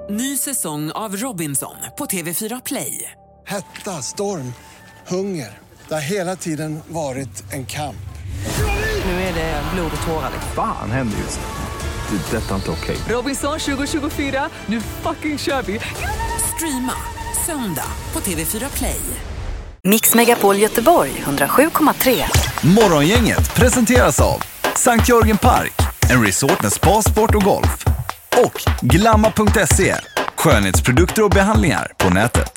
Ny säsong av Robinson på TV4 Play. Hetta, storm, hunger. Det har hela tiden varit en kamp. Nu är det blod och tårar. Fan händer just nu. Det. Detta är inte okej. Robinson 2024, nu fucking kör vi. Streama söndag på TV4 Play. Mix Megapol Göteborg 107,3. Morgongänget presenteras av Sankt Jörgen Park, en resort med spa, sport och golf. Och Glamma.se, skönhetsprodukter och behandlingar på nätet.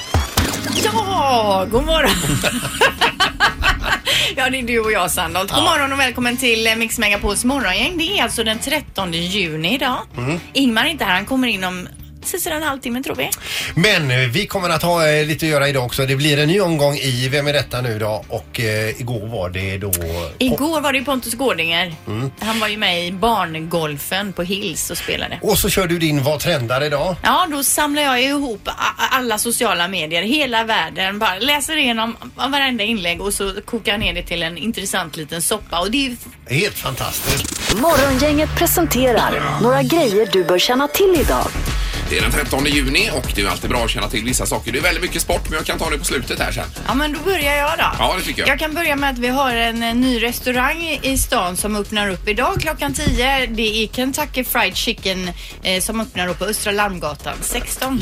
Ja, god morgon. Ja, det är du och jag, Sandholt. God morgon och välkommen till Mix Megapols morgongäng. Det är alltså den 13 juni idag. Ingmar är inte här, han kommer in om en halvtimme, tror vi. Men vi kommer att ha lite att göra idag också. Det blir en ny omgång i Vem är detta nu då? Och igår var det då... Igår var det Pontus Gårdinger. Han var ju med i barngolfen på Hills och spelade. Och så kör du din Vad trendar idag? Ja, då samlar jag ihop alla sociala medier, hela världen. Bara läser igenom varenda inlägg och så kokar jag ner det till en intressant liten soppa. Och det är ju... Helt fantastiskt. Morgongänget presenterar några grejer du bör känna till idag. Det är den 13 juni och det är alltid bra att känna till vissa saker. Det är väldigt mycket sport, men jag kan ta det på slutet här sen. Ja, men då börjar jag då. Ja, det tycker jag. Jag kan börja med att vi har en ny restaurang i stan som öppnar upp idag klockan 10. Det är Kentucky Fried Chicken som öppnar upp på Östra Larmgatan 16.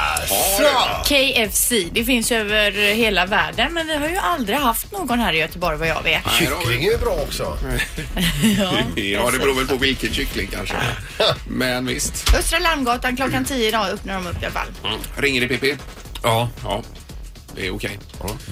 KFC. Det finns ju över hela världen, men vi har ju aldrig haft någon här i Göteborg vad jag vet. Kyckling är ju bra också. Ja, det beror väl på vilken kyckling kanske. Men visst. Östra Larmgatan klockan 10 idag öppnar de upp i alla fall. Ringer det, Pippi? Ja. Det är okej.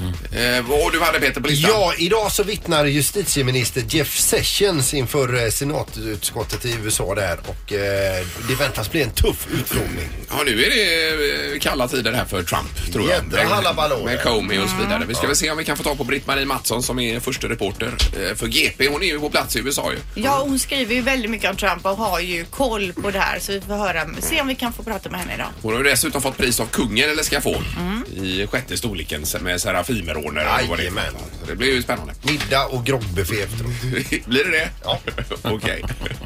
Vad du hade, Peter, på listan? Ja, idag så vittnar justitieminister Jeff Sessions inför senatutskottet i USA där. Och det väntas bli en tuff utfrågning. Ja, nu är det kalla tider här för Trump, tror jag. Med Comey och så vidare. Vi ska väl se om vi kan få ta på Britt-Marie Mattsson som är första reporter för GP. Hon är ju på plats i USA ju. Ja, hon skriver ju väldigt mycket om Trump och har ju koll på det här. Så vi får se om vi kan få prata med henne idag. Hon har ju dessutom fått pris av kungen, eller ska få, i sjätte storleken med Serafimeråner och vad det är. Det blir ju spännande. Middag och groggbuffé efteråt. Blir det det? Ja. Okej.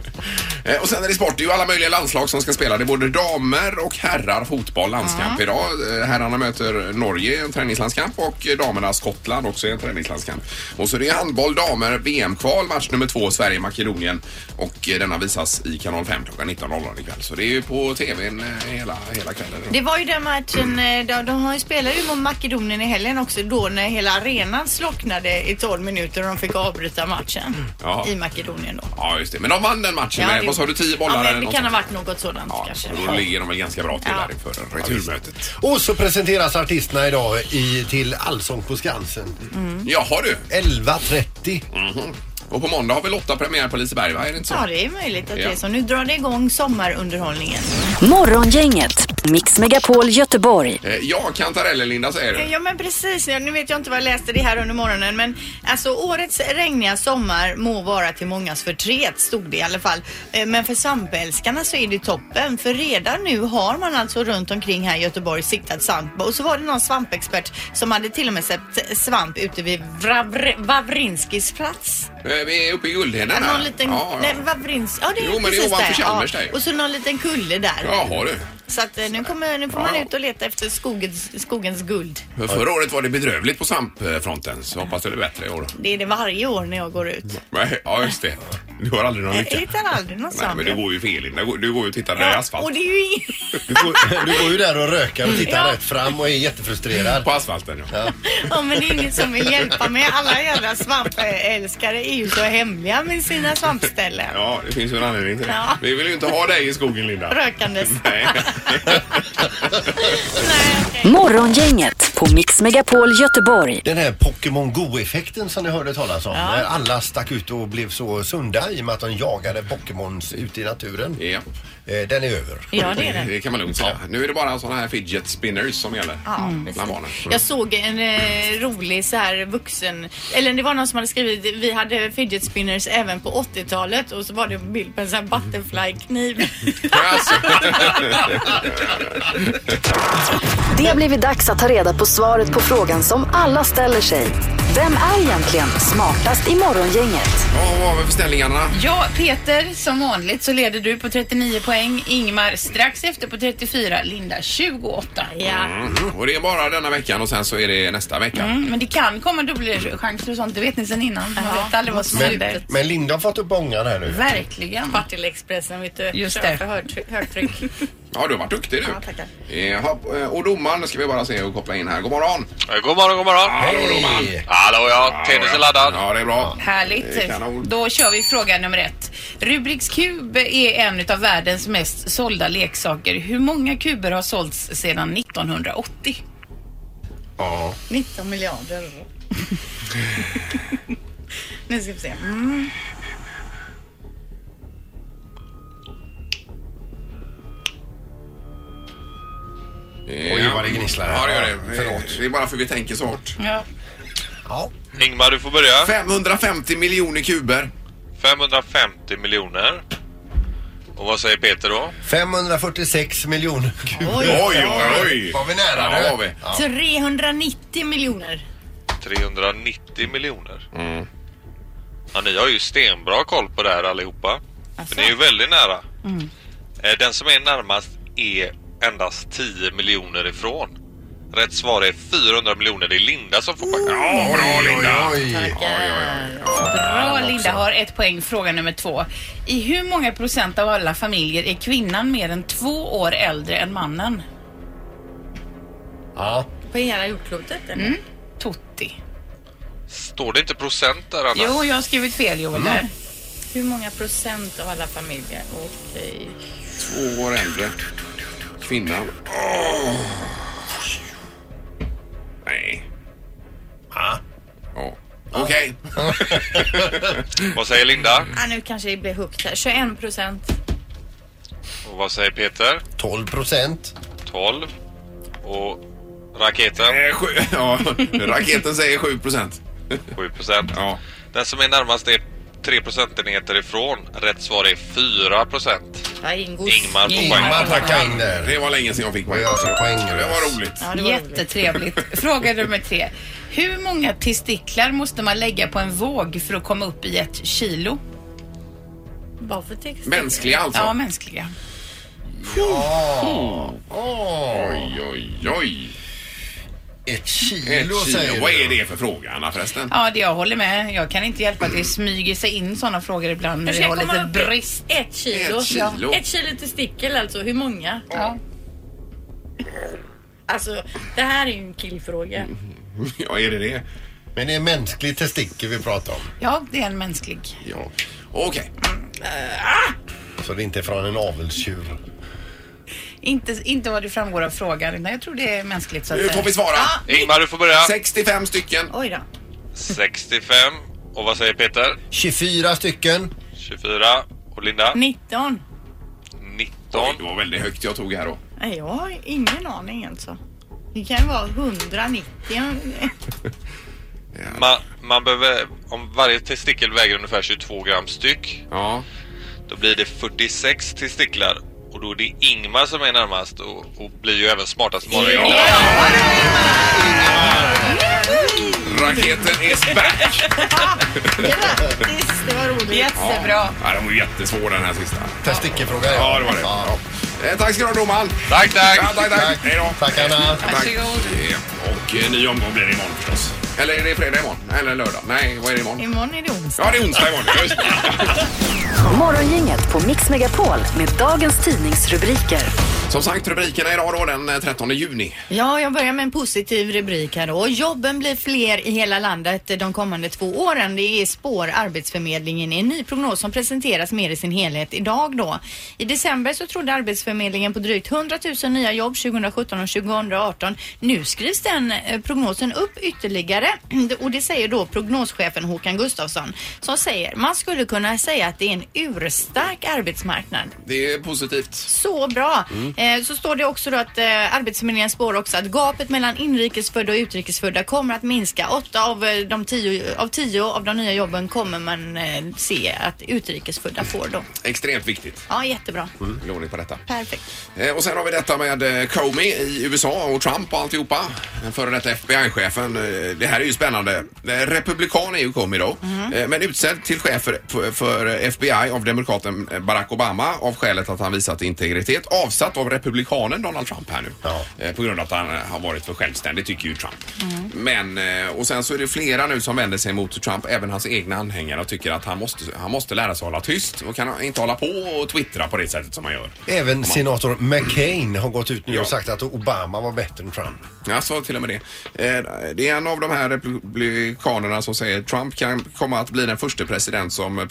Och sen är det sport. Det är ju alla möjliga landslag som ska spela. Det är både damer och herrar fotboll landskamp idag. Herrarna möter Norge i en träningslandskamp och damerna Skottland också i en träningslandskamp. Och så det är handboll damer VM-kval match nummer 2 Sverige-Makedonien och denna visas i kanal 5 klockan 19.00 ikväll. Så det är ju på tvn hela kvällen. Det var ju den matchen, de har ju spelat ju mot Makedonien i helgen också då när hela arenan slocknade i 12 minuter och de fick avbryta matchen i Makedonien då. Ja, just det. Men de vann den matchen med, vad sa du, 10 bollar? Ja, men det kan ha varit något sådant kanske. Då ligger de väl ganska bra till där inför returmötet. Och så presenteras artisterna idag till Allsång på Skansen. Jaha du. 11.30. Och på måndag har vi Lotta premiär på Liseberg, va? Är det inte så? Ja, det är möjligt att det är så. Nu drar det igång sommarunderhållningen. Morgongänget, Mix Megapol Göteborg. Ja, kantareller, Linda, säger du. Ja, men precis. Nu vet jag inte vad jag läste det här under morgonen. Men alltså, årets regniga sommar må vara till mångas förtret, stod det i alla fall. Men för svampälskarna så är det toppen. För redan nu har man alltså runt omkring här i Göteborg siktat svamp. Och så var det någon svampexpert som hade till och med sett svamp ute vid Wawrinskis plats. Vi är uppe i Guldheden här. Någon liten... Nej, Wawrinski. Ja, det är jo, men det är ovanför Chalmers där. Och så någon liten kulle där. Jaha, du. Så att nu får man ut och leta efter skogens guld. Förra året var det bedrövligt på svampfronten, så hoppas det är bättre i år. Det är det varje år när jag går ut. Ja, just det. Du har aldrig någon lycka. Jag hittar aldrig någon svamp. Nej, men du går ju fel in. Du går ju och tittar där i asfalt. Och det är ju du går ju där och rökar och tittar rätt fram och är jättefrustrerad. På asfalten, ja, men det är ingen som vill hjälpa mig. Alla jävla svampälskare är ju så hemliga med sina svampställen. Ja, det finns ju en anledning till det. Ja. Vi vill ju inte ha dig i skogen, Linda. Rökandes. Nej. Morgongänget på Mix Megapol Göteborg. Den här Pokémon Go-effekten som ni hörde talas om. När alla stack ut och blev så sunda i och med att de jagade Pokémons ute i naturen. Ja. Den är över. Ja, det är den. Det kan man lugnt säga. Nu är det bara sådana här fidget spinners som gäller. Bland barnen. Jag såg en rolig så här vuxen, eller det var någon som hade skrivit, vi hade fidget spinners även på 80-talet och så var det en bild på en sån här butterfly-kniv. Det har blivit dags att ta reda på svaret på frågan som alla ställer sig. Vem är egentligen smartast i morgongänget? Ja, vad var för ställningarna Anna? Ja, Peter, som vanligt så leder du på 39 poäng. Ingmar strax efter på 34. Linda 28. Ja. Och det är bara denna veckan och sen så är det nästa vecka. Men det kan komma dubbelchanser och sånt. Det vet ni sedan innan. Man vet aldrig vad som händer. Men Linda har fått upp ångan här nu. Verkligen. Partille-expressen, vet du. Just Kör det. för högtryck. Ja, du har varit duktig du. Ja, tackar. Och domaren ska vi bara se och koppla in här. God morgon. God morgon. Hallå domaren. Hallå, ja. Tennis är laddad. Ja, det är bra. Härligt. Kanon. Då kör vi fråga nummer 1. Rubiks kub är en av världens mest sålda leksaker. Hur många kuber har sålts sedan 1980? Ja. 19 miljarder. Nu ska vi se. Oj, vad det gnisslar här. Ja, det gör det. Förlåt. Det är bara för vi tänker så hårt. Ja. Ja. Ingmar, du får börja. 550 miljoner kuber. 550 miljoner. Och vad säger Peter då? 546 miljoner kronor. Oj. Var vi nära Ja, nu? var vi. Ja. 390 miljoner. 390 miljoner. Ja, ni har ju stenbra koll på det här allihopa. För ni är ju väldigt nära. Den som är närmast är endast 10 miljoner ifrån. Rätt svar är 400 miljoner. Det är Linda som får poäng. Ja, bra Linda. Bra, Linda har 1 poäng. Fråga nummer 2. I hur många procent av alla familjer är kvinnan mer än 2 år äldre än mannen? Ja. På hela jordklotet, eller? Totti. Står det inte procent där, Anna? Jo, jag har skrivit fel, Joel, där. Hur många procent av alla familjer? Okej. 2 år äldre. Kvinnan. Nej. Ja. Okej. Vad säger Linda? Nu kanske det blir högt här. 21%. Och vad säger Peter? 12%. 12. Och raketen? Ja, raketen säger 7%. 7%. Ja. Den som är närmast är 3 procentenheter ifrån. Rätt svar är 4%. Ja, Ingmar Ingmar tackar in där. Det var länge sedan jag fick poäng. Det var roligt. Ja, det var Jättetrevligt. Fråga nummer 3. Hur många testiklar måste man lägga på en våg för att komma upp i 1 kilo? Vad för text? Mänskliga alltså? Ja, mänskliga. Oj. 1 kilo, 1 kilo. säger Vad du. är det för fråga, Anna, förresten? Ja, det jag håller med. Jag kan inte hjälpa att det smyger sig in sådana frågor ibland när vi har lite brist. 1 kilo. 1 kilo. 1 kilo testikel alltså. Hur många? Ja. Alltså, det här är ju en killfråga. Ja, är det? Men det är mänsklig testikel vi pratar om. Ja, det är en mänsklig. Ja. Okej. Så det är inte från en avelstjur. Inte vad det framgår av frågan, utan jag tror det är mänskligt så att Nu får vi svara. Ingmar, du får börja. 65 stycken. Oj då. 65. Och vad säger Peter? 24 stycken. 24. Och Linda? 19. 19. Oj, det var väldigt högt jag tog här då. Nej, jag har ingen aning alltså. Det kan ju vara 190. Man behöver, om varje testikel väger ungefär 22 gram styck, Ja. då blir det 46 testiklar. Och då är det Ingmar som är närmast och blir ju även smartast morgon. Raketen is back. Grattis, det var roligt. Jättebra. Ja, den var jättesvår den här sista. Testikelfråga. Ja, det var det. Ja. Tack ska du ha, domaren. Tack. Ja, tack. Hej då. Tack, Anna. Varsågod. Och ny omgång blir det imorgon förstås. Eller är det fredag imorgon? Eller lördag? Nej, vad är det imorgon? Imorgon är det onsdag. Ja, det är onsdag imorgon. Just det. Morgongänget på Mix Megapol med dagens tidningsrubriker. Som sagt, rubrikerna idag då den 13 juni. Ja, jag börjar med en positiv rubrik här då. Jobben blir fler i hela landet de kommande 2 åren. Det är spår Arbetsförmedlingen i en ny prognos som presenteras mer i sin helhet idag då. I december så trodde Arbetsförmedlingen på drygt 100 000 nya jobb 2017 och 2018. Nu skrivs den prognosen upp ytterligare och det säger då prognoschefen Håkan Gustafsson som säger man skulle kunna säga att det är en urstark arbetsmarknad. Det är positivt. Så bra. Så står det också då att Arbetsförmedlingen spår också att gapet mellan inrikesfödda och utrikesfödda kommer att minska. 8 av 10 av de nya jobben kommer man se att utrikesfödda får då. Extremt viktigt. Ja, jättebra. Låning på detta. Perfekt. Och sen har vi detta med Comey i USA och Trump och alltihopa. Den före detta FBI-chefen. Det här är ju spännande. Republikan är ju Comey då. Men utsedd till chef för FBI av demokraten Barack Obama av skälet att han visat integritet. Avsatt av republikanen Donald Trump här nu. Ja. På grund av att han har varit för självständig, tycker ju Trump. Men, och sen så är det flera nu som vänder sig mot Trump, även hans egna anhängare, och tycker att han måste lära sig hålla tyst och kan inte hålla på och twittra på det sättet som han gör. Även senator McCain har gått ut nu och sagt att Obama var bättre än Trump. Ja, så till och med det. Det är en av de här republikanerna som säger att Trump kan komma att bli den första president som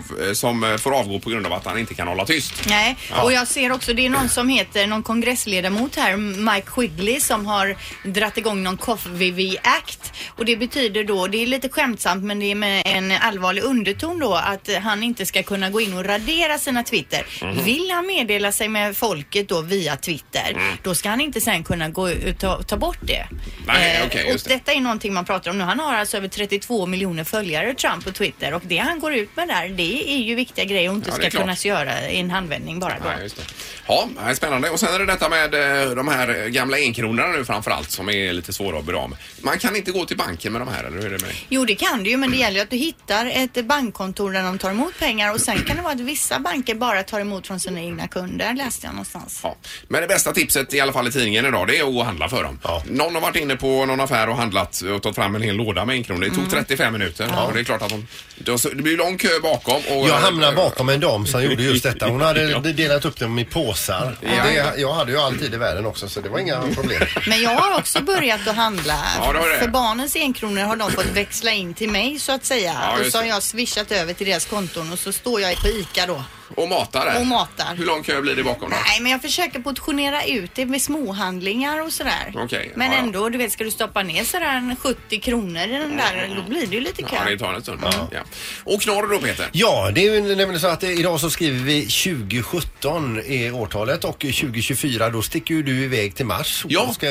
får avgå på grund av att han inte kan hålla tyst. Nej, och jag ser också, det är någon kongressledamot här, Mike Quigley, som har dratt igång någon Coffee Act, och det betyder då, det är lite skämtsamt men det är med en allvarlig underton då, att han inte ska kunna gå in och radera sina Twitter. Vill han meddela sig med folket då via Twitter, då ska han inte sen kunna gå ut och ta bort det. Nej, okay, just och detta är någonting man pratar om nu. Han har alltså över 32 miljoner följare, Trump, på Twitter, och det han går ut med där, det är ju viktiga grejer och inte ska kunna göra i en handvändning bara då. Nej, just det. Ja, det är spännande. Och sen är det detta med de här gamla enkronorna nu framförallt, som är lite svåra att bli av med. Man kan inte gå till banken med de här, eller hur är det med det? Jo, det kan du ju, men det gäller att du hittar ett bankkontor där de tar emot pengar, och sen kan det vara att vissa banker bara tar emot från sina egna kunder, läste jag någonstans. Ja. Men det bästa tipset i alla fall i tidningen idag, det är att gå och handla för dem. Ja. Någon har varit inne på någon affär och handlat och tagit fram en hel låda med enkronor. Det tog 35 minuter. Ja. Och det är klart att det blir lång kö bakom. Och jag hamnade bakom en dam som gjorde just detta. Hon hade delat upp dem i påsar. Ja. Jag hade ju alltid i världen också, så det var inga problem. Men jag har också börjat att handla. För barnens enkronor har de fått växla in till mig, så att säga. Ja, och så har jag swishat över till deras konton, och så står jag på ICA då. Och matar det? Och matar. Hur lång kö blir det bakom då? Nej, men jag försöker portionera ut det med småhandlingar och sådär. Okay, men ändå, du vet, ska du stoppa ner sådär 70 kronor i den där, då blir det ju lite kö. Ja, det tar en stund. Ja. Och knorr då, Peter? Ja, det är ju nämligen så att idag så skriver vi 2017 i årtalet, och 2024 då sticker ju du iväg till Mars. Ja. Och ska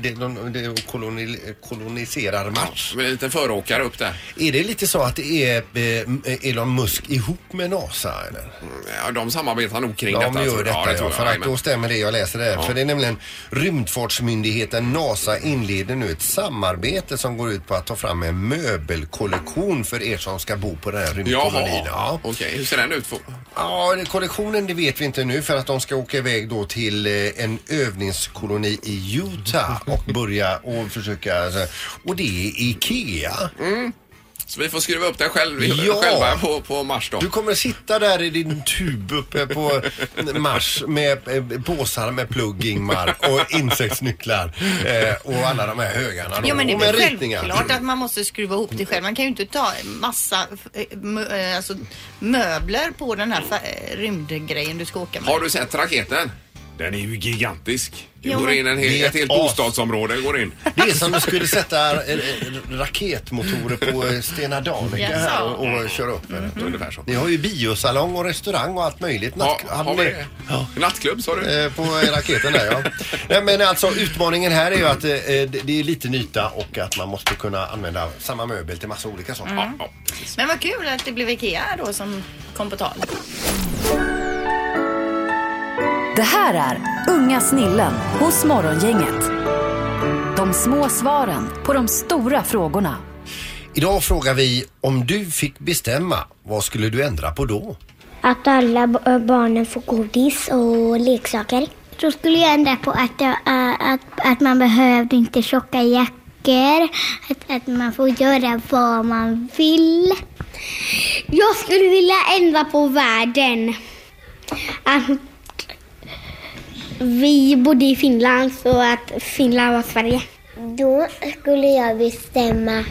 koloniserar Mars. Ja, med en liten föråkare upp där. Är det lite så att det är Elon Musk ihop med NASA, eller? Ja, de samarbetar nog kring detta. De gör detta, ja, för att då stämmer det jag läser där. Ja. För det är nämligen rymdfartsmyndigheten NASA inleder nu ett samarbete som går ut på att ta fram en möbelkollektion för er som ska bo på den här rymdkolonin. Ja, okej. Hur ser den ut? Ja, kollektionen, det vet vi inte nu, för att de ska åka iväg då till en övningskoloni i Utah och börja och försöka, och det är IKEA. Så vi får skruva upp den själva på Mars då. Du kommer sitta där i din tub uppe på Mars med påsar med plugg, Ingmar, och insektsnycklar och alla de här högarna då. Ja, men det är självklart att man måste skruva ihop det själv. Man kan ju inte ta massa möbler på den här rymdgrejen du ska åka med. Har du sett raketen? Den är ju gigantisk. Det går in ett helt bostadsområde går in. Det är som du skulle sätta raketmotorer på Stena Danica här och köra upp. Ungefär så. Ni har ju biosalong och restaurang och allt möjligt. Har vi det? Ja. Nattklubb, sa du? På raketen där, ja. Nej, men alltså utmaningen här är ju att det är lite yta och att man måste kunna använda samma möbel till massa olika saker. Ja, men vad kul att det blev IKEA då som kom på tal. Det här är Unga snillen hos Morgongänget. De små svaren på de stora frågorna. Idag frågar vi, om du fick bestämma, vad skulle du ändra på då? Att alla barnen får godis och leksaker. Så skulle jag ändra på att man behövde inte tjocka jackor. Att man får göra vad man vill. Jag skulle vilja ändra på världen. Att vi bodde i Finland, så att Finland var Sverige. Då skulle jag bestämma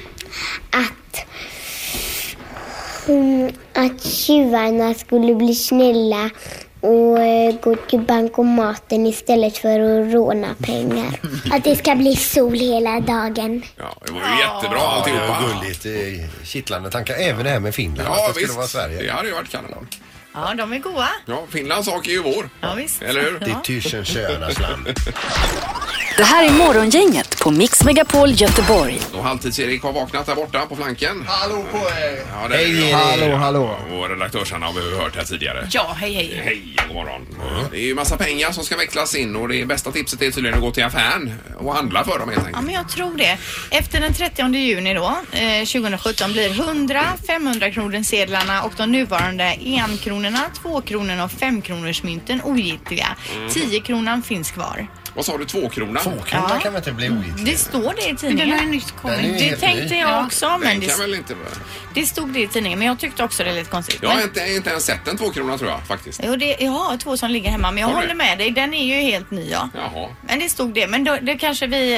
att tjuvarna skulle bli snälla och gå till bankomaten istället för att råna pengar. Att det ska bli sol hela dagen. Ja, det var ju jättebra alltihopa. Gulligt, kittlande tankar. Även det här med Finland, att det skulle vara Sverige. Det hade ju varit kanon. Ja, de är goda. Ja, Finlands sak är ju vår. Ja, visst. Eller hur? Det är Tyrsen land. Det här är Morgongänget på Mix Megapol Göteborg. Och Halvtids-Erik har vaknat där borta på flanken. Hallå på er! Ja, det är Hallå, hallå. Och redaktörsarna har vi hört här tidigare. Ja, hej. Hej, god morgon. Det är ju massa pengar som ska växlas in och det bästa tipset är tydligen att gå till affären och handla för dem helt enkelt. Ja, men jag tror det. Efter den 30 juni då, 2017 blir 100, 500 kronorsedlarna och de nuvarande 1-kronorna, 2-kronorna och 5-kronorsmynten ogiltiga. 10-kronan finns kvar. Vad sa du, 2-kronan? 2-kronan kan väl inte bli ogiltig? Det står det i tidningen. Den har ju nyss kommit. Det tänkte jag också, men Den kan väl inte vara... det stod det i tidningen, men jag tyckte också det är lite konstigt. Jag har inte ens sett en 2-krona tror jag faktiskt. Jo, jag har 2 som ligger hemma, men jag håller med dig. Den är ju helt ny, ja. Jaha. Men det stod det. Men då, det kanske vi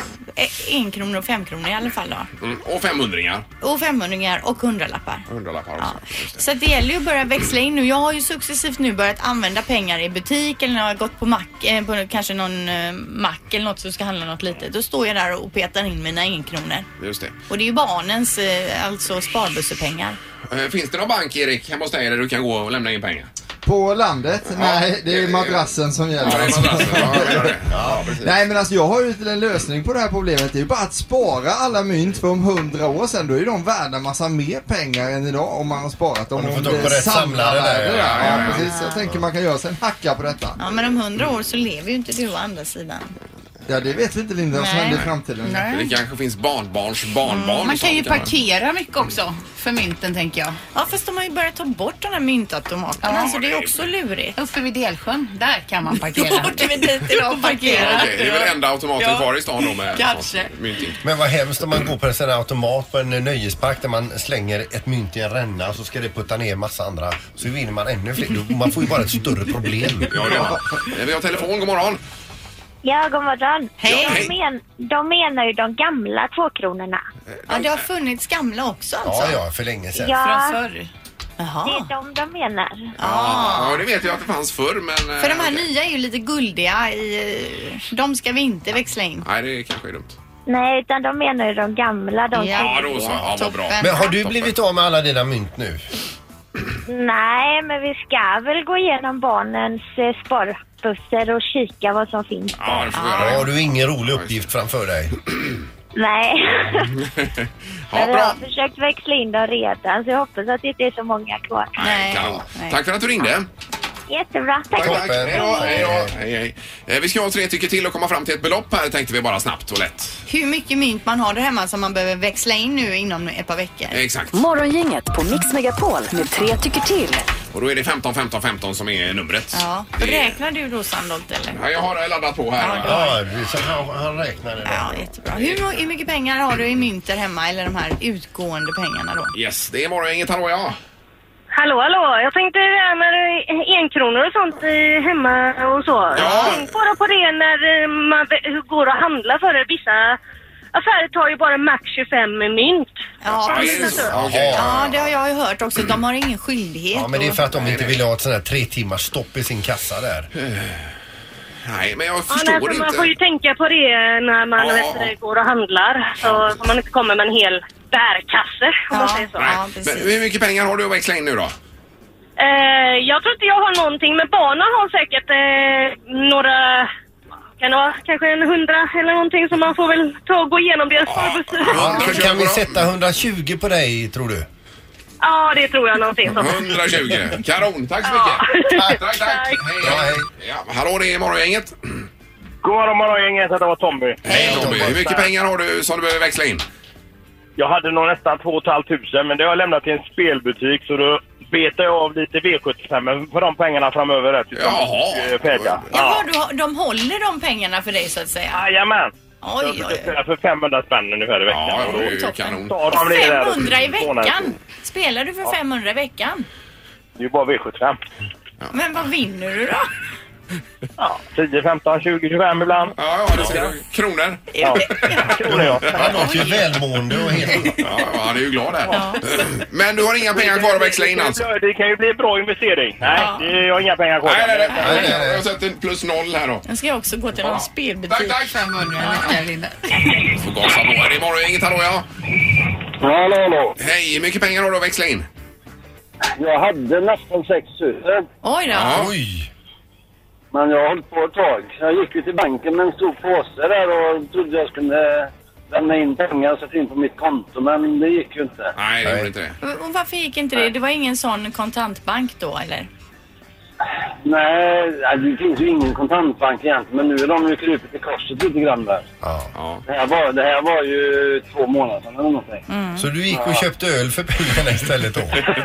1 kronor och 5 kronor i alla fall då. Och 500-ringar. Och 500-ringar och 100-lappar. 100-lappar också. Ja. Så det gäller ju att börja växla in nu. Jag har ju successivt nu börjat använda pengar i butik eller när jag har gått på mack, på kanske någon mack eller något som ska handla något litet. Då står jag där och petar in mina 1-kronor. Just det. Och det är ju barnens alltså sparbussepengar. Finns det någon bank, Erik, hemma hos dig där du kan gå och lämna in pengar? På landet? Nej, det är madrassen som gäller. Ja, det är madrassen. Ja, jag menar det. Ja, precis. Nej, men alltså jag har ju en lösning på det här problemet. Det är ju bara att spara alla mynt för om 100 år sedan. Då är de värda massa mer pengar än idag om man har sparat dem. Om du får på rätt samlare där. Ja, precis. Jag tänker man kan göra sig en hacka på detta. Ja, men om 100 år så lever ju inte du å andra sidan. Ja, det vet vi inte, Linda, vad som händer i framtiden. Nej. Det kanske finns barnbarn. Man kan ju parkera mycket också för mynten, tänker jag. Ja, fast de har ju börjat ta bort de här myntautomaterna, Ja, så det är också lurigt. Uppe vid Delsjön, där kan man parkera. Då åker vi dit idag och parkerar. Okej, det är väl enda automaten kvar i stan då med kanske. mynting. Men vad hemskt om man går på en sån här automat på en nöjespark där man slänger ett mynt i en ränna och så ska det putta ner massa andra. Så vinner man ännu fler. Man får ju bara ett större problem. Ja, vi har telefon, god morgon. Ja, god morgon. Hej. De menar ju de gamla 2-kronorna. Ja, det har funnits gamla också alltså. Ja, för länge sedan. Ja, Från förr. Jaha. det är de menar. Ja, det vet jag att det fanns förr, men... För de här nya är ju lite guldiga de ska vi inte växla in. Nej, det kanske är dumt. Nej, utan de menar ju de gamla. Ja, då så. Ja, vad bra. Men har du blivit av med alla dina mynt nu? Nej, men vi ska väl gå igenom barnens sparbusser och kika vad som finns där. Ja, det får vi göra. Har du ingen rolig uppgift framför dig? Nej. Ja, Men vi bra. har försökt växla in dem redan, så jag hoppas att det inte är så många kvar. Nej, kanon. Tack för att du ringde. Jättebra, tack. Tack. Hej då. Hej. Vi ska ha 3 tycker till och komma fram till ett belopp här, tänkte vi bara snabbt och lätt. Hur mycket mynt man har där hemma som man behöver växla in nu inom ett par veckor. Exakt. Morgongänget på Mix Megapol med 3 tycker till. Och då är det 15 15 15 som är numret. Ja. Räknar du då, Sandholt, eller? Ja, jag har laddat på här. Ja, han räknar det där. Ja, jättebra. Hur mycket pengar har du i mynter hemma, eller de här utgående pengarna då? Yes, det är Morgongänget. Hallå, ja. Hallå. Jag tänkte det här med 1-kronor och sånt hemma och så. Ja. Tänk bara på det när man går och handlar för det. Vissa affärer tar ju bara max 25 mynt. Ja, precis. Ja, det har jag ju hört också. De har ingen skyldighet. Ja, men det är för att de inte vill ha ett sånt här 3 timmars stopp i sin kassa där. Nej, men jag Ja, förstår nej, inte. man får ju tänka på det när man går och handlar. Så man inte kommer med en hel bärkasse, om man säger så. Nej. Men hur mycket pengar har du att växla in nu då? Jag tror inte jag har någonting, men barnen har säkert några... Kan det vara kanske 100 eller någonting, som man får väl ta och gå igenom deras sparbusser. Ja, kan vi sätta 120 på dig, tror du? Ja, det tror jag någonting som. 120. Karon, tack så mycket. Tack. Hej. Ja, hallå, det är Morgongänget. God morgon, Morgongänget. Det var Tommy. Hej Tommy. Hur mycket pengar har du som du behöver växla in? Jag hade nog nästan 2 500, men det har jag lämnat till en spelbutik, så då betar jag av lite V75 för de pengarna framöver. Jaha, de håller de pengarna för dig så att säga? Jajamän. Oj. Jag spelar för 500 spänn ungefär i veckan. Ja, det är ju kanon. 500 i veckan? Spelar du för 500 i veckan? Det är ju bara V75. Men vad vinner du då? Ja, 10, 15, 20, 25 ibland. Ja, det ser du. Kronor. Ja, kronor, ja. Han låter ju välmående och helt... Ja, han är ju glad där. Ja. Men du har inga pengar kvar att växla in alltså? Det kan ju bli en bra investering. Nej, jag har inga pengar kvar. Nej. Jag har sett en +0 här då. Jag ska också gå till någon spelbutik. Tack. 500 Linda. Får gasa på. Det är Morgongänget, hallå, ja. Hallå. Hej, hur mycket pengar har du att växla in? Jag hade nästan 6 000. Oj då. Oj. Men jag har hållit på ett tag. Jag gick ju till banken med en stor påse där och trodde jag skulle lämna in pengar och sätta in på mitt konto. Men det gick ju inte. Nej, det gjorde inte det. Och varför gick inte det? Det var ingen sån kontantbank då, eller? Nej, det finns ju ingen kontantbank egentligen. Men nu är de ju krupit i korset lite grann där. Ja. Det här var ju 2 månader sedan eller någonting. Så du gick och köpte öl för pengarna istället då?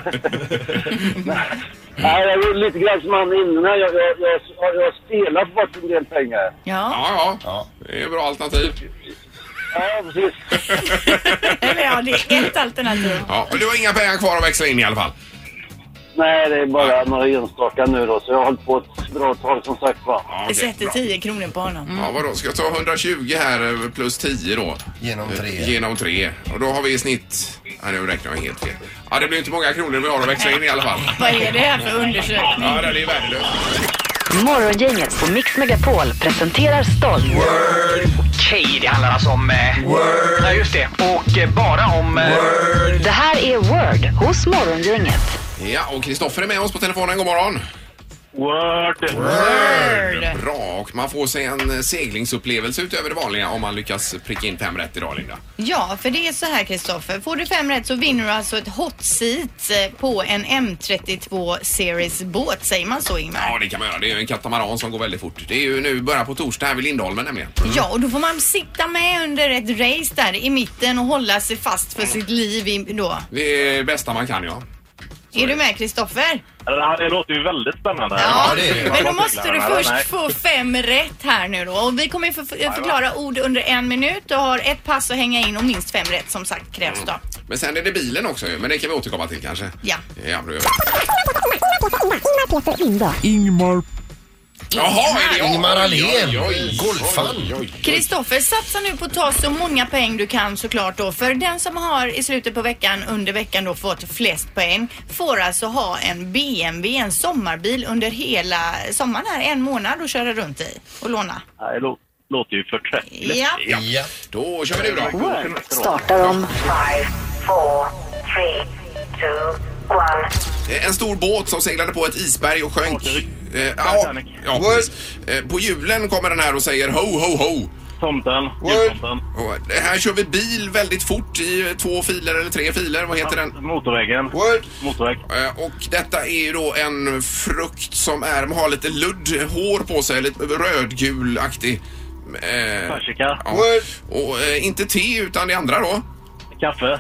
Nej, jag gjorde lite grann som han innan. Jag har spelat bort en del pengar. Ja. Det är ett bra alternativ. Ja, precis. Eller ja, det är ett alternativ. Ja, men du har inga pengar kvar att växla in i alla fall. Nej, det är bara några enstaka nu då. Så jag har hållit på ett bra tag som sagt va. Ja, Det sätter 10 kronor på honom. Ja, vadå? Ska jag ta 120 här plus 10 då? Genom 3. Och då har vi i snitt... Ja, nu räknar jag helt fel. Ja, det blir inte många kronor vi har att växla in i alla fall. Vad är det här för undersökning? Ja, det är värdelöst. Morgongänget på Mix Megapol presenterar stolt. Okej, det handlar alltså om... Ja, just det. Och bara om... Det här är Word hos Morgongänget. Ja, och Kristoffer är med oss på telefonen. God morgon. Word. Bra, och man får sig en seglingsupplevelse utöver det vanliga om man lyckas pricka in 5 rätt idag, Linda. Ja, för det är så här, Kristoffer. Får du 5 rätt så vinner du alltså ett hot seat på en M32 Series båt. Säger man så, Ingmar? Ja, det kan man göra. Det är ju en katamaran som går väldigt fort. Det är ju nu början på torsdag här vid Lindholmen nämligen. Ja, och då får man sitta med under ett race där i mitten och hålla sig fast för sitt liv då. Det är det bästa man kan, ja. Är du med, Kristoffer? Det låter ju väldigt spännande. Ja, men då måste du först få 5 rätt här nu då. Och vi kommer ju förklara ord under 1 minut. Du har ett pass att hänga in och minst 5 rätt som sagt krävs då. Men sen är det bilen också ju, men det kan vi återkomma till kanske. Ja. Ja, då gör vi. Ingmar. Jaha, är det jag? Ingmar Ahlén, golfan. Kristoffer, satsa nu på att ta så många poäng du kan såklart då. För den som har i slutet på veckan, under veckan då fått flest poäng får alltså ha en BMW, en sommarbil under hela sommaren här, 1 månad och köra runt i och låna. Det låter ju förträffligt. Ja. Då kör vi nu då. Word startar om 5, 4, 3, 2, 1. En stor båt som seglade på ett isberg och sjönk. Ja, precis. På julen kommer den här och säger ho, ho, ho. Tomten. Det här kör vi bil väldigt fort i 2 filer eller 3 filer. Vad heter den? Motorvägen. Motorväg. Och detta är ju då en frukt som har lite hår på sig, lite rödgulaktig. Persika. Ja. Och inte te utan det andra då. Kaffe.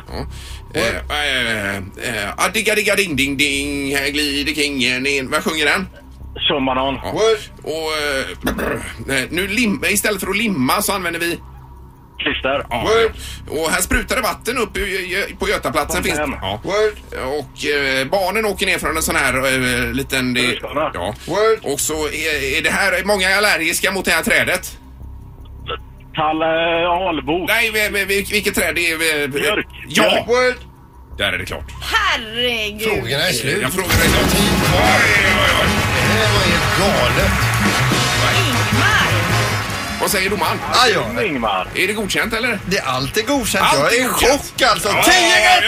Digga digga ding ding ding, här glider kingen in. Vad sjunger den? Tjommanon. Ja. Och nu istället för att limma så använder vi klister. Ja. Och här sprutar det vatten upp på Götaplatsen finns det. Ja. Och barnen åker ner från en sån här liten ja. Och så är det här många är allergiska mot det här trädet. Albo. Nej, vilket träd det är? Björk. Ja. Där är det klart. Herregud. Frågorna är slut. Jag frågar dig om tid. Det här var helt galet. Ingmar. Vad säger domaren? Ingmar. Är det godkänt eller? Det är alltid godkänt. Allt Jag är i chock alltså. 10 rätt!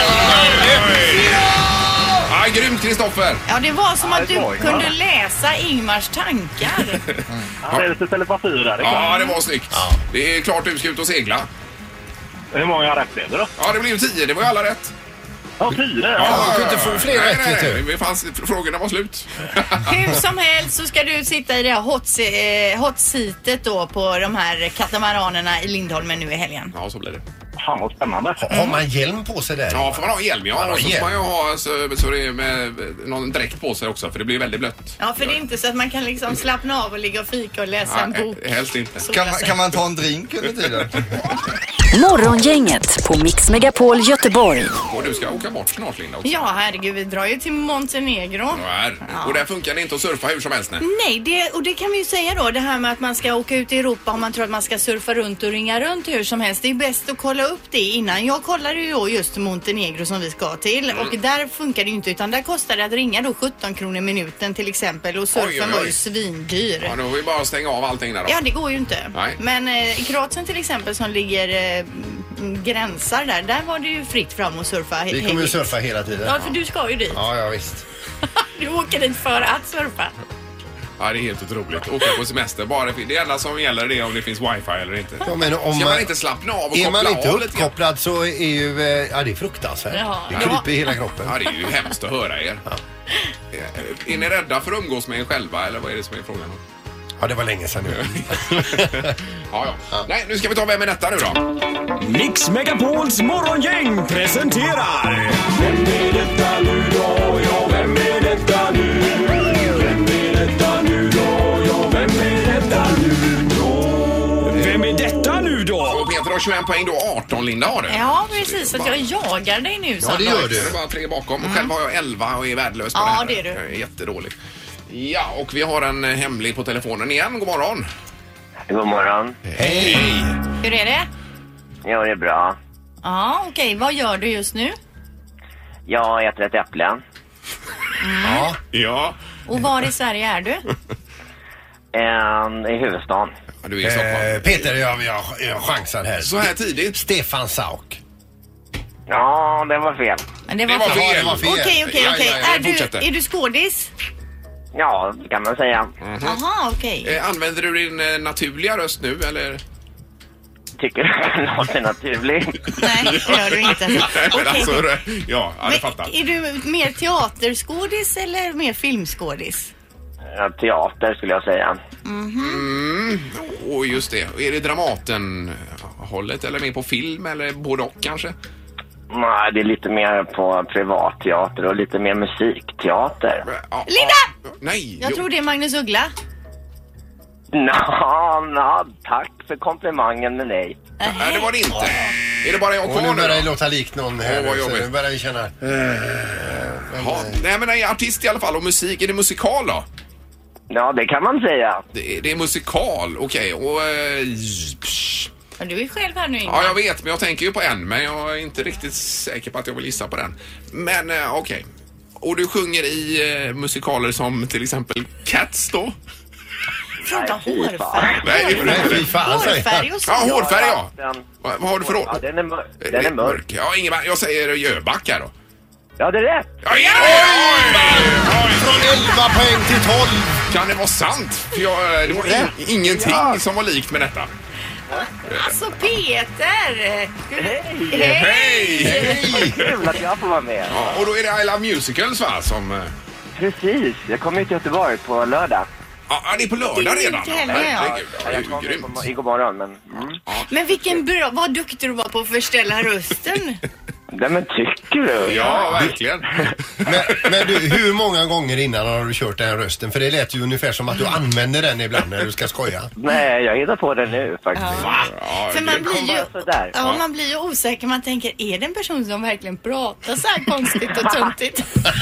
Ja, grymt Kristoffer. Ja, det var som att du kunde läsa Ingmars tankar. Det är lite telepati där. Ja, det var snyggt. Det är klart du ska ut och segla. Hur många rätt blev det då? Ja, det blev ju 10. Det var ju alla rätt. Ja, 10. Ja, du kunde inte få fler rätt. Frågorna var slut. Hur som helst så ska du sitta i det här hot seatet då på de här katamaranerna i Lindholmen nu i helgen. Ja, så blir det. Fan vad spännande. Har man hjälm på sig där? Ja, får man ha hjälm, ja. Och så får man ju ha så det är med någon dräkt på sig också, för det blir väldigt blött. Ja, för det är inte så att man kan liksom slappna av och ligga och fika och läsa en bok. Helst inte. Kan man ta en drink under tiden? Morgongänget på Mix Megapol Göteborg. Och du ska åka bort snart, Linda, också. Ja, herregud, vi drar ju till Montenegro. Ja. Och där funkar det inte att surfa hur som helst, nej. Nej, det kan vi ju säga då. Det här med att man ska åka ut i Europa och man tror att man ska surfa runt och ringa runt hur som helst. Det är bäst att kolla upp det innan. Jag kollade ju då just Montenegro som vi ska till. Och där funkar det ju inte, utan där kostar det att ringa då 17 kronor minuten till exempel. Och surfen var ju svindyr. Ja, då har vi bara stänga av allting där då. Ja, det går ju inte. Nej. Men i Kroatien till exempel som ligger gränsar där var det ju fritt fram och surfa. Vi kommer ju surfa hela tiden. Ja, för du ska ju dit. Ja, visst. Du åker dit för att surfa. Ja, det är helt otroligt. Åka på semester. Bara det enda som gäller är om det finns wifi eller inte. Ja, men ska man inte slappna av och koppla av? Är man inte lite uppkopplad så är ju... Ja, det är fruktansvärt. Ja. Det kryper i hela kroppen. Ja, det är ju hemskt att höra er. Ja. Är ni rädda för att umgås med er själva eller vad är det som är frågan om? Ja, det var länge sedan nu. Ja. Nej, nu ska vi ta Vem är detta nu då? Mix Megapols morgongäng presenterar... Vem är detta nu då? Ja, vem är detta nu? Vem är detta nu då? Ja, vem är detta nu då? Vem är detta nu då? Och Peter har 21 poäng då, 18 Linda har det. Ja, precis. Så jag jagar dig nu. Ja, det gör du. Det är bara 3 bakom. Och själv har jag 11 och är värdelös på det här. det är du. Jag är jättedålig. Ja, och vi har en hemlig på telefonen igen. God morgon. God morgon. Hej. Hur är det? Ja, det är bra. Ja, okej. Vad gör du just nu? Jag äter ett äpple. Ja. Och var i Sverige är du? I huvudstaden. Ja, du är i Stockholm. Peter, jag chansar här. Så här tidigt? Stefan Sauk. Ja, det var fel. Men det var fel. Det var fel. Okej. Är du skådis? Ja, det kan man säga. Jaha, okej. Använder du din naturliga röst nu eller? Tycker du att det låter naturligt? Nej, det gör du inte. Men Okej. alltså, ja, det fattar. Är du mer teaterskådis eller mer filmskådis? Ja, teater skulle jag säga. Och just det. Är det Dramaten-hållet eller mer på film eller både och kanske? Nej, det är lite mer på privatteater och lite mer musikteater. Linda! Nej! Jag tror det är Magnus Uggla. Nå, tack för komplimangen men nej. Nej, det var det inte. Är det bara jag Och kvar nu nu börjar det då? låta likt någon här. vad Så jobbigt. nu börjar vi känna... Nej, men jag är artist i alla fall och musik. Är det musikal då? Ja, det kan man säga. Det är musikal, okej. Och... Men du är själv här nu, Ingmar. Ja, jag vet, men jag tänker ju på en, men jag är inte riktigt säker på att jag vill gissa på den. Men okej. Och du sjunger i musikaler som till exempel Cats då? Fråga hårfärg. Nej, fy fan, säger jag. Hårfärg och så. Ja, hårfärg, ja. Vad har du för råd? Ja, den är mörk. Ja, Ingemar, jag säger Jöback här då. Ja, det är rätt. Ja, oj! Från 11 poäng till 12. Kan det vara sant? För det var ingenting som var likt med detta. Alltså Peter! Hej! Kul att jag får vara med. Ja, och då är det I Love Musicals va? Som... Precis, jag kommer till Göteborg på lördag. Ja, det är på lördag redan. Herregud, det är jag ju kom grymt. igår morgon, men... Men vilken bra, vad duktig du var på att förställa rösten. Nej, men tycker du? Ja, verkligen. Men du, hur många gånger innan har du kört den rösten? För det lät ju ungefär som att du använder den ibland när du ska skoja. Nej, jag hittar på den nu faktiskt. Ja, För man blir ju, sådär. ja, man blir ju osäker. Man tänker, är det en person som verkligen pratar så här konstigt och töntigt?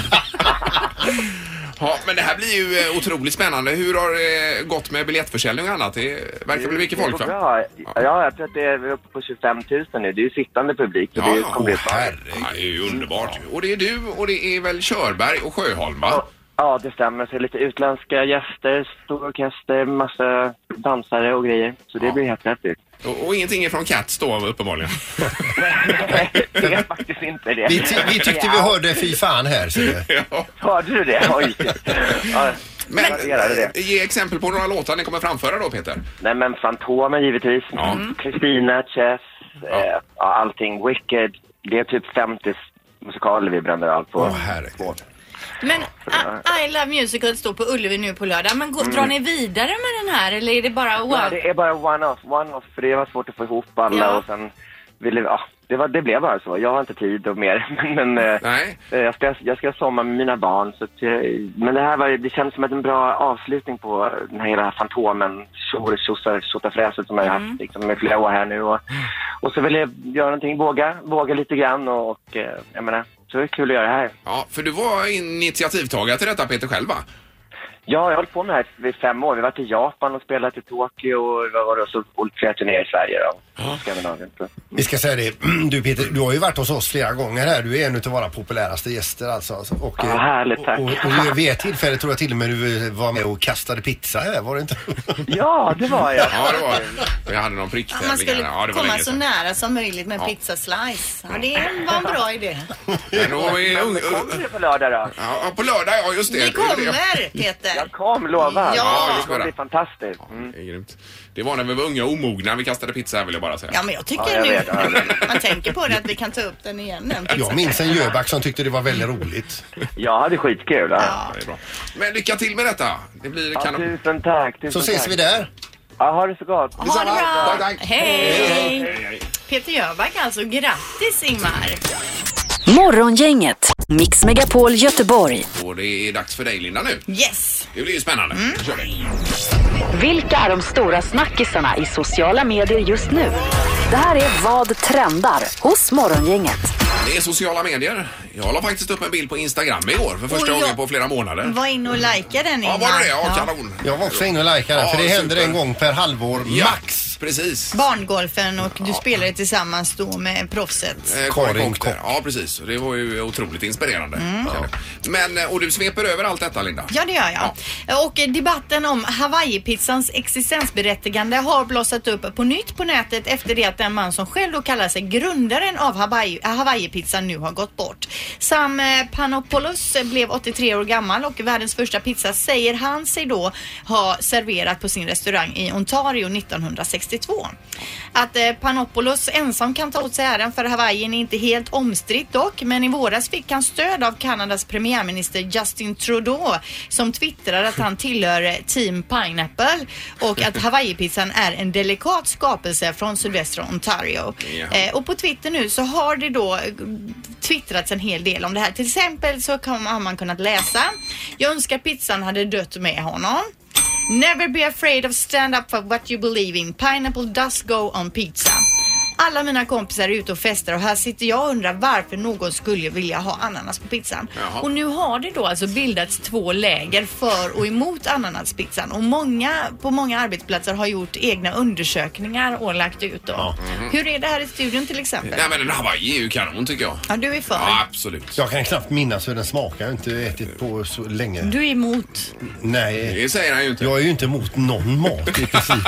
Ja, men det här blir ju otroligt spännande. Hur har det gått med biljettförsäljning och annat? Det verkar bli mycket folk, va? Ja, jag tror att det är uppe på 25 000 nu. Det är ju sittande publik. Så det kommer bli det är ju underbart. Och det är du och det är väl Körberg och Sjöholm, va? Ja, det stämmer. Så lite utländska gäster, stor orkester, massa dansare och grejer. Så det blir helt häftigt. Och ingenting är från Cats då, uppenbarligen. Det är faktiskt inte det. Vi tyckte vi hörde fy fan här. Så det. Ja. Hörde du det? Oj. Ja, men ge exempel på några låtar ni kommer framföra då, Peter. Nej, men Fantomen givetvis. Kristina, Chess, allting. Wicked. Det är typ 50 musikaler vi brände allt på. Herregud. Men I Love Musical står på Ullevi nu på lördag. Men drar ni vidare med den här eller är det bara one? Ja, det är bara one-off. För det var svårt att få ihop alla och sen ville det blev bara så. Jag har inte tid och mer. Men jag ska somma med mina barn. Så att, men det känns som en bra avslutning på den här hela Fantomen tjotafräset som jag har haft liksom, med flera år här nu. Och så vill jag göra någonting, våga lite grann och jag menar, så är det kul att göra det här. Ja, för du var initiativtagare till detta, Peter, själv, va? Ja, jag har hållit på med det här i 5 år. Vi har varit i Japan och spelat i Tokyo och vi har varit och flera turnéer i Sverige då. Skandinavien. Vi ska säga det, du Peter, du har ju varit hos oss flera gånger här. Du är en av våra populäraste gäster alltså. Och, härligt, tack. Och vid ett tillfälle tror jag till och med du var med och kastade pizza här, var det inte? Ja, det var jag. Ja, det var det. Vi hade någon pricktävling. Man skulle det var komma så nära som möjligt med pizza slice. Ja, det var en bra idé. Kommer du på lördag då? Ja, på lördag, ja just det. Vi kommer, Peter. Jag kom, lovar. Ja, det kommer bli fantastiskt. Det är grymt. Det var när vi var unga och omogna vi kastade pizza här, vill jag bara säga. Ja, men jag tycker nu man tänker på det att vi kan ta upp den igen. Jag minns en Jöback som tyckte det var väldigt roligt. Jag hade skitkul. Ja, det är bra. Men lycka till med detta. Det blir kanon. Tusen tack. Så ses vi där. Ja, ha det så gott. Ha det bra. Tack. Hej. Peter Jöback alltså. Grattis Ingmar. Morgongänget, Mix Megapol Göteborg. Och det är dags för dig Linda nu. Yes. Det blir ju spännande. Kör vi. Vilka är de stora snackisarna i sociala medier just nu? Det här är Vad trendar hos Morgongänget. Det är sociala medier. Jag la faktiskt upp en bild på Instagram igår för första gången på flera månader. Var in och likea den Ingmar. Ja, var det? Ja, kanon. Jag var också in och likea den, för det händer en gång per halvår max. Precis. Barngolfen och du spelade tillsammans då med proffset. Karin Kock. Ja, precis. Det var ju otroligt inspirerande. Men, och du sveper över allt detta, Linda? Ja, det gör jag. Ja. Och debatten om Hawaii-pizzans existensberättigande har blossat upp på nytt på nätet efter det att den man som själv då kallar sig grundaren av Hawaii-pizzan nu har gått bort. Sam Panopoulos blev 83 år gammal och världens första pizza säger han sig då ha serverat på sin restaurang i Ontario 1962. Att Panopoulos ensam kan ta åt sig äran för Hawaii är inte helt omstritt dock, men i våras fick han stöd av Kanadas premiärminister Justin Trudeau som twittrar att han tillhör Team Pineapple och att Hawaii-pizzan är en delikat skapelse från sydvästra Ontario. Och på Twitter nu så har det då twittrats en hel del om det här. Till exempel så har man kunnat läsa: jag önskar pizzan hade dött med honom. Never be afraid of stand up for what you believe in. Pineapple does go on pizza. Alla mina kompisar är ute och festar och här sitter jag och undrar varför någon skulle vilja ha ananas på pizzan. Jaha. Och nu har det då alltså bildats 2 läger för och emot ananaspizzan. Och på många arbetsplatser har gjort egna undersökningar och lagt ut då. Hur är det här i studion till exempel? Nej, men den Hawaii är ju kanon tycker jag. Ja, du är för. Ja, absolut. Jag kan knappt minnas hur den smakar. Jag har inte ätit på så länge. Du är emot? Nej. Det säger han ju inte. Jag är ju inte emot någon mat i princip.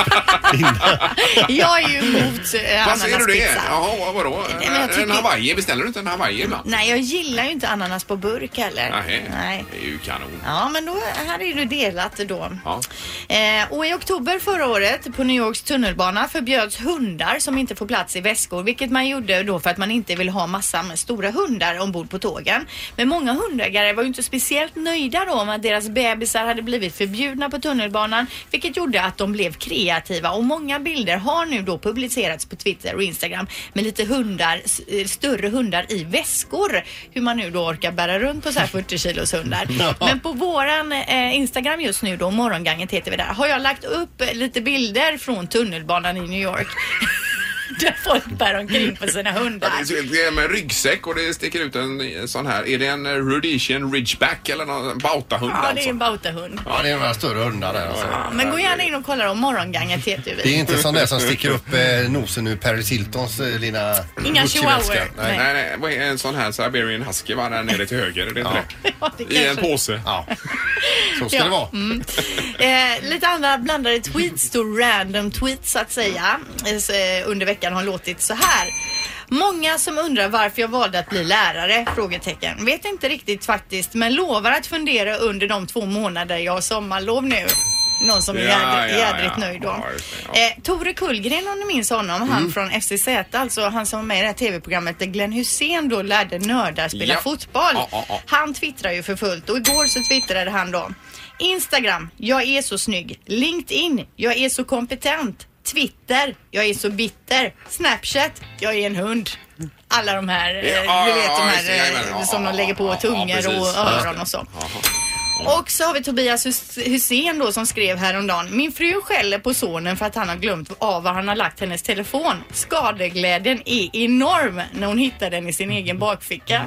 Jag är ju emot ananas. Det? Jaha, vadå? En Hawaii, beställer du inte en Hawaii ibland? Nej, jag gillar ju inte ananas på burk heller. Nej. Det är ju kanon. Ja, men då, här är det delat då. Ja. Och i oktober förra året på New Yorks tunnelbana förbjöds hundar som inte får plats i väskor, vilket man gjorde då för att man inte vill ha massa med stora hundar ombord på tågen. Men många hundägare var ju inte speciellt nöjda då med att deras bebisar hade blivit förbjudna på tunnelbanan, vilket gjorde att de blev kreativa och många bilder har nu då publicerats på Twitter och Instagram med lite hundar, större hundar i väskor. Hur man nu då orkar bära runt på så här 40 kilos hundar. Men på våran Instagram just nu då, Morgonganget heter vi där, har jag lagt upp lite bilder från tunnelbanan i New York. Där folk bär omkring på sina hundar. Ja, det är med ryggsäck och det sticker ut en sån här. Är det en Rhodesian Ridgeback eller någon bautahund? Ja, det är en bautahund. Ja, det är några större hundar där. Alltså. Ja, men gå gärna in och kolla om Morgonganget heter vi. Det är inte sån där som sticker upp nosen ur Paris Hiltons lilla... Inga chihuahua. Nej. Vad är en sån här Siberian Husky va? Där nere till höger, är det inte det? Ja, det i en påse. Ja. Så ska det vara. Lite andra blandade tweets då, random tweets så att säga, under veckan har låtit så här. Många som undrar varför jag valde att bli lärare? Frågetecken. Vet inte riktigt faktiskt, men lovar att fundera under de 2 månader jag har sommarlov nu. Någon som är jädrigt nöjd då. Tore Kullgren, om du minns honom, han från FCZ, alltså han som var med i det här tv-programmet där Glenn Hussein då lärde nördar spela fotboll. Han twittrar ju för fullt och igår så twittrade han då: Instagram, jag är så snygg. LinkedIn, jag är så kompetent. Twitter, jag är så bitter. Snapchat, jag är en hund. Alla de här, du vet de här som de lägger på tungor och öron och så. Och så har vi Tobias Hussein då som skrev häromdagen. Min fru skäller på sonen för att han har glömt av var han har lagt hennes telefon. Skadeglädjen är enorm när hon hittar den i sin egen bakficka.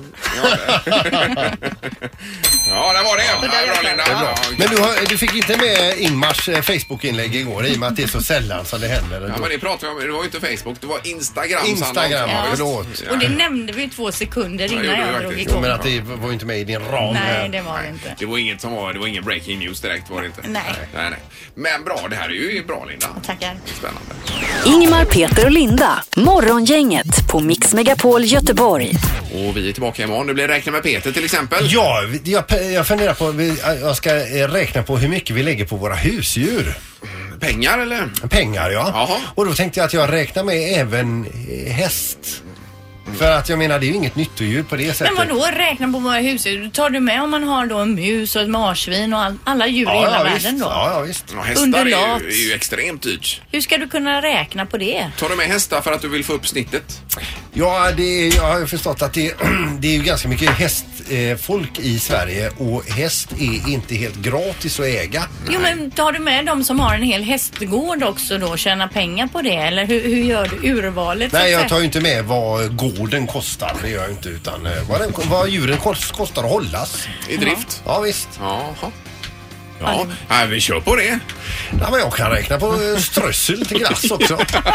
Ja, det var det. Bra, Linda. Det är bra. Men du fick inte med Ingmars Facebook-inlägg igår i och med att det är så sällan så det händer. Ja, men det pratade vi om. Det var ju inte Facebook, det var Instagram. Förlåt. Och det nämnde vi 2 sekunder innan jag drog igång. Men att det var ju inte med i din ram. Nej, det var det inte. Det var inget det var ingen breaking news direkt, var det inte? Nej. Men bra, det här är ju bra, Linda. Tackar. Spännande. Ingmar, Peter och Linda. Morgongänget på Mix Megapol Göteborg. Och vi är tillbaka imorgon. Det blir räkna med Peter till exempel. Ja, jag funderar på, jag ska räkna på hur mycket vi lägger på våra husdjur. Pengar eller? Pengar, ja. Jaha. Och då tänkte jag att jag räknar med även häst. För att jag menar, det är ju inget nyttodjur på det sättet. Men vadå räkna på våra husdjur? Tar du med om man har då en mus och ett marsvin och alla djur i hela världen då? Ja, visst. Ja, hästar är ju extremt dyrt. Hur ska du kunna räkna på det? Tar du med hästar för att du vill få upp snittet? Ja, jag har förstått att det är ju ganska mycket hästfolk i Sverige och häst är inte helt gratis att äga. Jo, men tar du med de som har en hel hästgård också då och tjänar pengar på det? Eller hur gör du urvalet? Nej, jag tar ju inte med vad gården kostar. Det gör jag inte, utan vad djuren kostar att hållas. I drift? Ja, visst. Ja, vi kör på det. Ja, men jag kan räkna på strössel till glass också.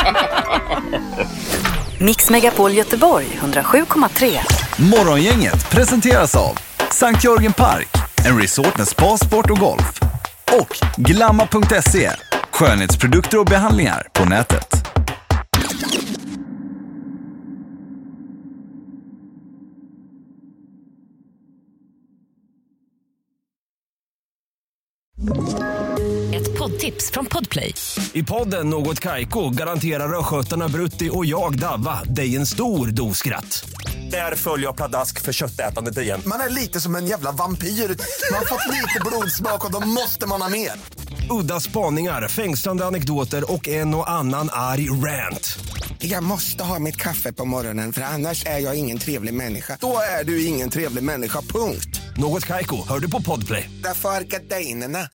Mix Megapol Göteborg 107,3. Morgongänget presenteras av Sankt Jörgen Park, en resort med spa, sport och golf. Och Glamma.se, skönhetsprodukter och behandlingar på nätet. Ett poddtips från Podplay. I podden Något Kaiko garanterar skötarna Brutti och jag Davva dig en stor doskratt. Där följer jag pladask för köttätandet igen. Man är lite som en jävla vampyr. Man har fått lite blodsmak och då måste man ha mer. Udda spaningar, fängslande anekdoter och en och annan arg rant. Jag måste ha mitt kaffe på morgonen för annars är jag ingen trevlig människa. Då är du ingen trevlig människa, punkt. Något Kaiko, hör du på Podplay. Därför är gardinerna.